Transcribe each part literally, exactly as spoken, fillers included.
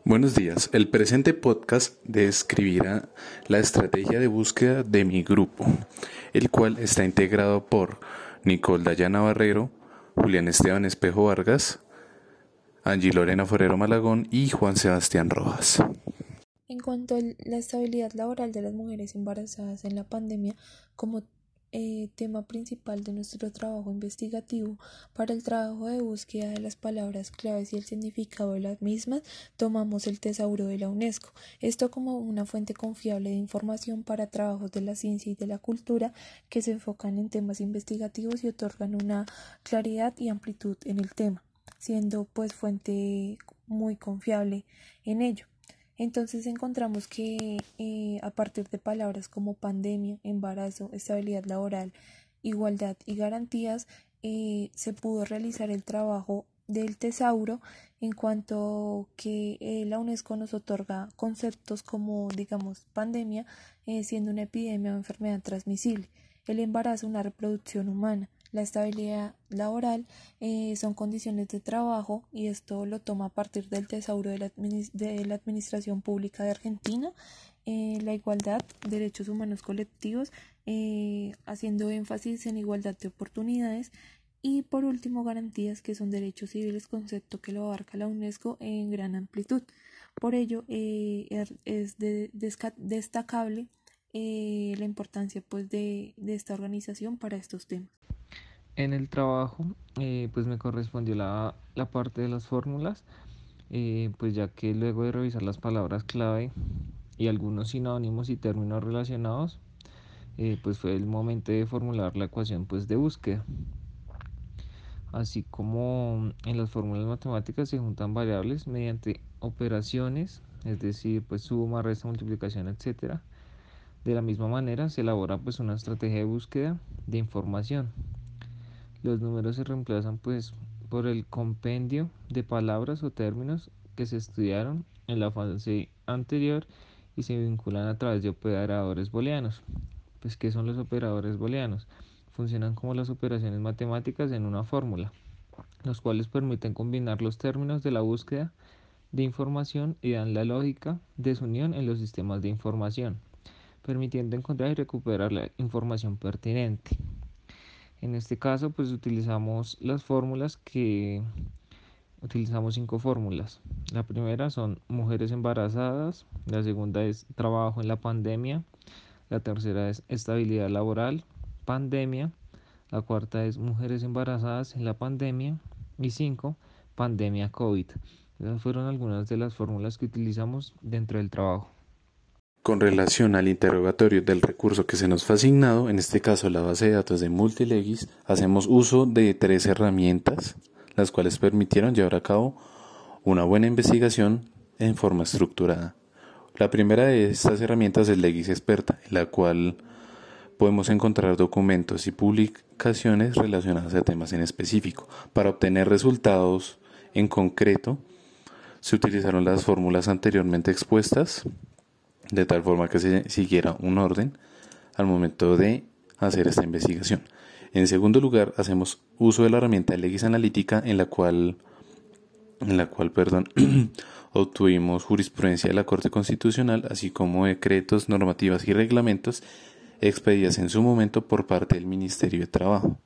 Buenos días. El presente podcast describirá la estrategia de búsqueda de mi grupo, el cual está integrado por Nicole Dayana Barrero, Julián Esteban Espejo Vargas, Angie Lorena Forero Malagón y Juan Sebastián Rojas. En cuanto a la estabilidad laboral de las mujeres embarazadas en la pandemia, como eh, tema principal de nuestro trabajo investigativo, para el trabajo de búsqueda de las palabras claves y el significado de las mismas, tomamos el tesauro de la UNESCO. Esto como una fuente confiable de información para trabajos de la ciencia y de la cultura que se enfocan en temas investigativos y otorgan una claridad y amplitud en el tema, siendo pues fuente muy confiable en ello. Entonces encontramos que eh, a partir de palabras como pandemia, embarazo, estabilidad laboral, igualdad y garantías, eh, se pudo realizar el trabajo del tesauro en cuanto que eh, la UNESCO nos otorga conceptos como, digamos, pandemia, eh, siendo una epidemia o enfermedad transmisible, el embarazo, una reproducción humana, la estabilidad laboral eh, son condiciones de trabajo, y esto lo toma a partir del tesauro de la, administ- de la Administración Pública de Argentina, eh, la igualdad, derechos humanos colectivos, eh, haciendo énfasis en igualdad de oportunidades, y por último garantías, que son derechos civiles, concepto que lo abarca la UNESCO en gran amplitud. Por ello eh, es de, desca- destacable eh, la importancia pues de, de esta organización para estos temas. En el trabajo, eh, pues me correspondió la, la parte de las fórmulas, eh, pues ya que luego de revisar las palabras clave y algunos sinónimos y términos relacionados, eh, pues fue el momento de formular la ecuación pues de búsqueda. Así como en las fórmulas matemáticas se juntan variables mediante operaciones, es decir, pues suma, resta, multiplicación, etcétera. De la misma manera se elabora pues una estrategia de búsqueda de información. Los números se reemplazan pues por el compendio de palabras o términos que se estudiaron en la fase anterior y se vinculan a través de operadores booleanos. Pues, ¿qué son los operadores booleanos? Funcionan como las operaciones matemáticas en una fórmula, los cuales permiten combinar los términos de la búsqueda de información y dan la lógica de su unión en los sistemas de información, permitiendo encontrar y recuperar la información pertinente. En este caso, pues utilizamos las fórmulas que utilizamos cinco fórmulas. La primera son mujeres embarazadas, la segunda es trabajo en la pandemia, la tercera es estabilidad laboral, pandemia, la cuarta es mujeres embarazadas en la pandemia y cinco, pandemia COVID. Esas fueron algunas de las fórmulas que utilizamos dentro del trabajo. Con relación al interrogatorio del recurso que se nos fue asignado, en este caso la base de datos de Multilegis, hacemos uso de tres herramientas, las cuales permitieron llevar a cabo una buena investigación en forma estructurada. La primera de estas herramientas es Legis Experta, en la cual podemos encontrar documentos y publicaciones relacionadas a temas en específico. Para obtener resultados en concreto, se utilizaron las fórmulas anteriormente expuestas, de tal forma que se siguiera un orden al momento de hacer esta investigación. En segundo lugar, hacemos uso de la herramienta Legis Analítica, en la cual, en la cual perdón, obtuvimos jurisprudencia de la Corte Constitucional, así como decretos, normativas y reglamentos expedidas en su momento por parte del Ministerio de Trabajo.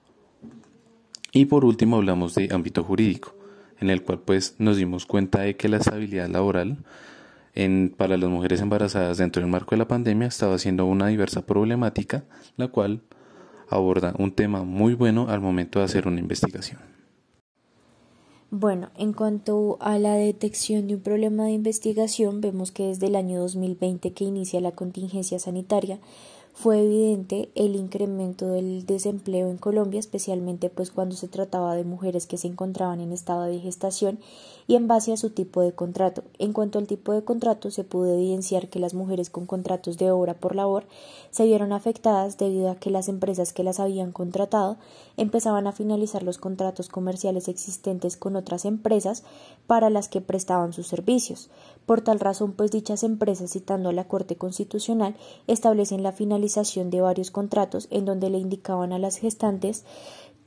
Y por último hablamos de ámbito jurídico, en el cual pues nos dimos cuenta de que la estabilidad laboral En, para las mujeres embarazadas dentro del marco de la pandemia estaba siendo una diversa problemática, la cual aborda un tema muy bueno al momento de hacer una investigación. Bueno, en cuanto a la detección de un problema de investigación, vemos que desde el año dos mil veinte, que inicia la contingencia sanitaria, fue evidente el incremento del desempleo en Colombia, especialmente pues cuando se trataba de mujeres que se encontraban en estado de gestación y en base a su tipo de contrato. En cuanto al tipo de contrato, se pudo evidenciar que las mujeres con contratos de obra por labor se vieron afectadas debido a que las empresas que las habían contratado empezaban a finalizar los contratos comerciales existentes con otras empresas para las que prestaban sus servicios. Por tal razón, pues dichas empresas, citando a la Corte Constitucional, establecen la finalización de varios contratos en donde le indicaban a las gestantes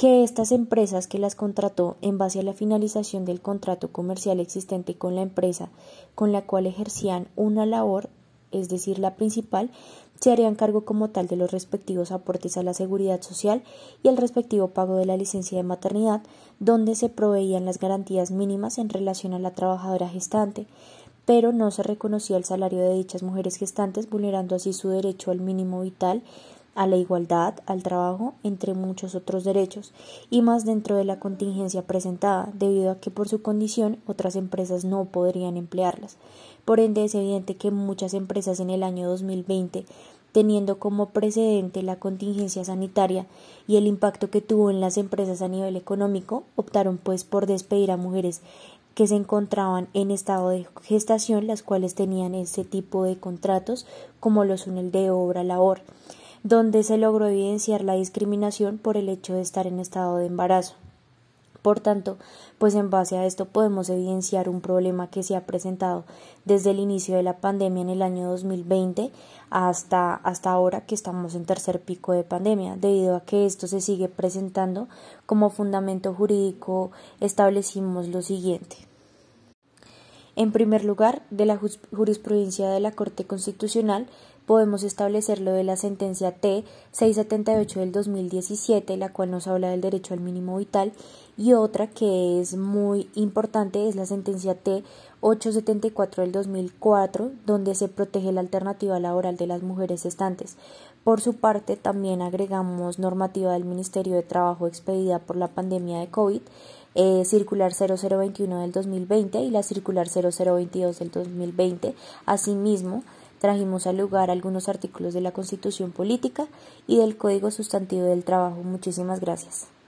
que estas empresas que las contrató en base a la finalización del contrato comercial existente con la empresa con la cual ejercían una labor, es decir, la principal, se harían cargo como tal de los respectivos aportes a la seguridad social y el respectivo pago de la licencia de maternidad, donde se proveían las garantías mínimas en relación a la trabajadora gestante, pero no se reconocía el salario de dichas mujeres gestantes, vulnerando así su derecho al mínimo vital, a la igualdad, al trabajo, entre muchos otros derechos, y más dentro de la contingencia presentada, debido a que por su condición otras empresas no podrían emplearlas. Por ende, es evidente que muchas empresas en el año dos mil veinte, teniendo como precedente la contingencia sanitaria y el impacto que tuvo en las empresas a nivel económico, optaron pues por despedir a mujeres que se encontraban en estado de gestación, las cuales tenían este tipo de contratos, como lo son el de obra-labor, donde se logró evidenciar la discriminación por el hecho de estar en estado de embarazo. Por tanto, pues en base a esto podemos evidenciar un problema que se ha presentado desde el inicio de la pandemia en el año dos mil veinte hasta, hasta ahora que estamos en tercer pico de pandemia, debido a que esto se sigue presentando. Como fundamento jurídico establecimos lo siguiente. En primer lugar, de la jurisprudencia de la Corte Constitucional, podemos establecer lo de la sentencia T seiscientos setenta y ocho del dos mil diecisiete, la cual nos habla del derecho al mínimo vital, y otra que es muy importante es la sentencia T ochocientos setenta y cuatro del dos mil cuatro, donde se protege la alternativa laboral de las mujeres gestantes. Por su parte, también agregamos normativa del Ministerio de Trabajo expedida por la pandemia de COVID, eh, circular cero cero veintiuno del dos mil veinte y la circular cero cero veintidós del dos mil veinte. Asimismo, trajimos al lugar algunos artículos de la Constitución Política y del Código Sustantivo del Trabajo. Muchísimas gracias.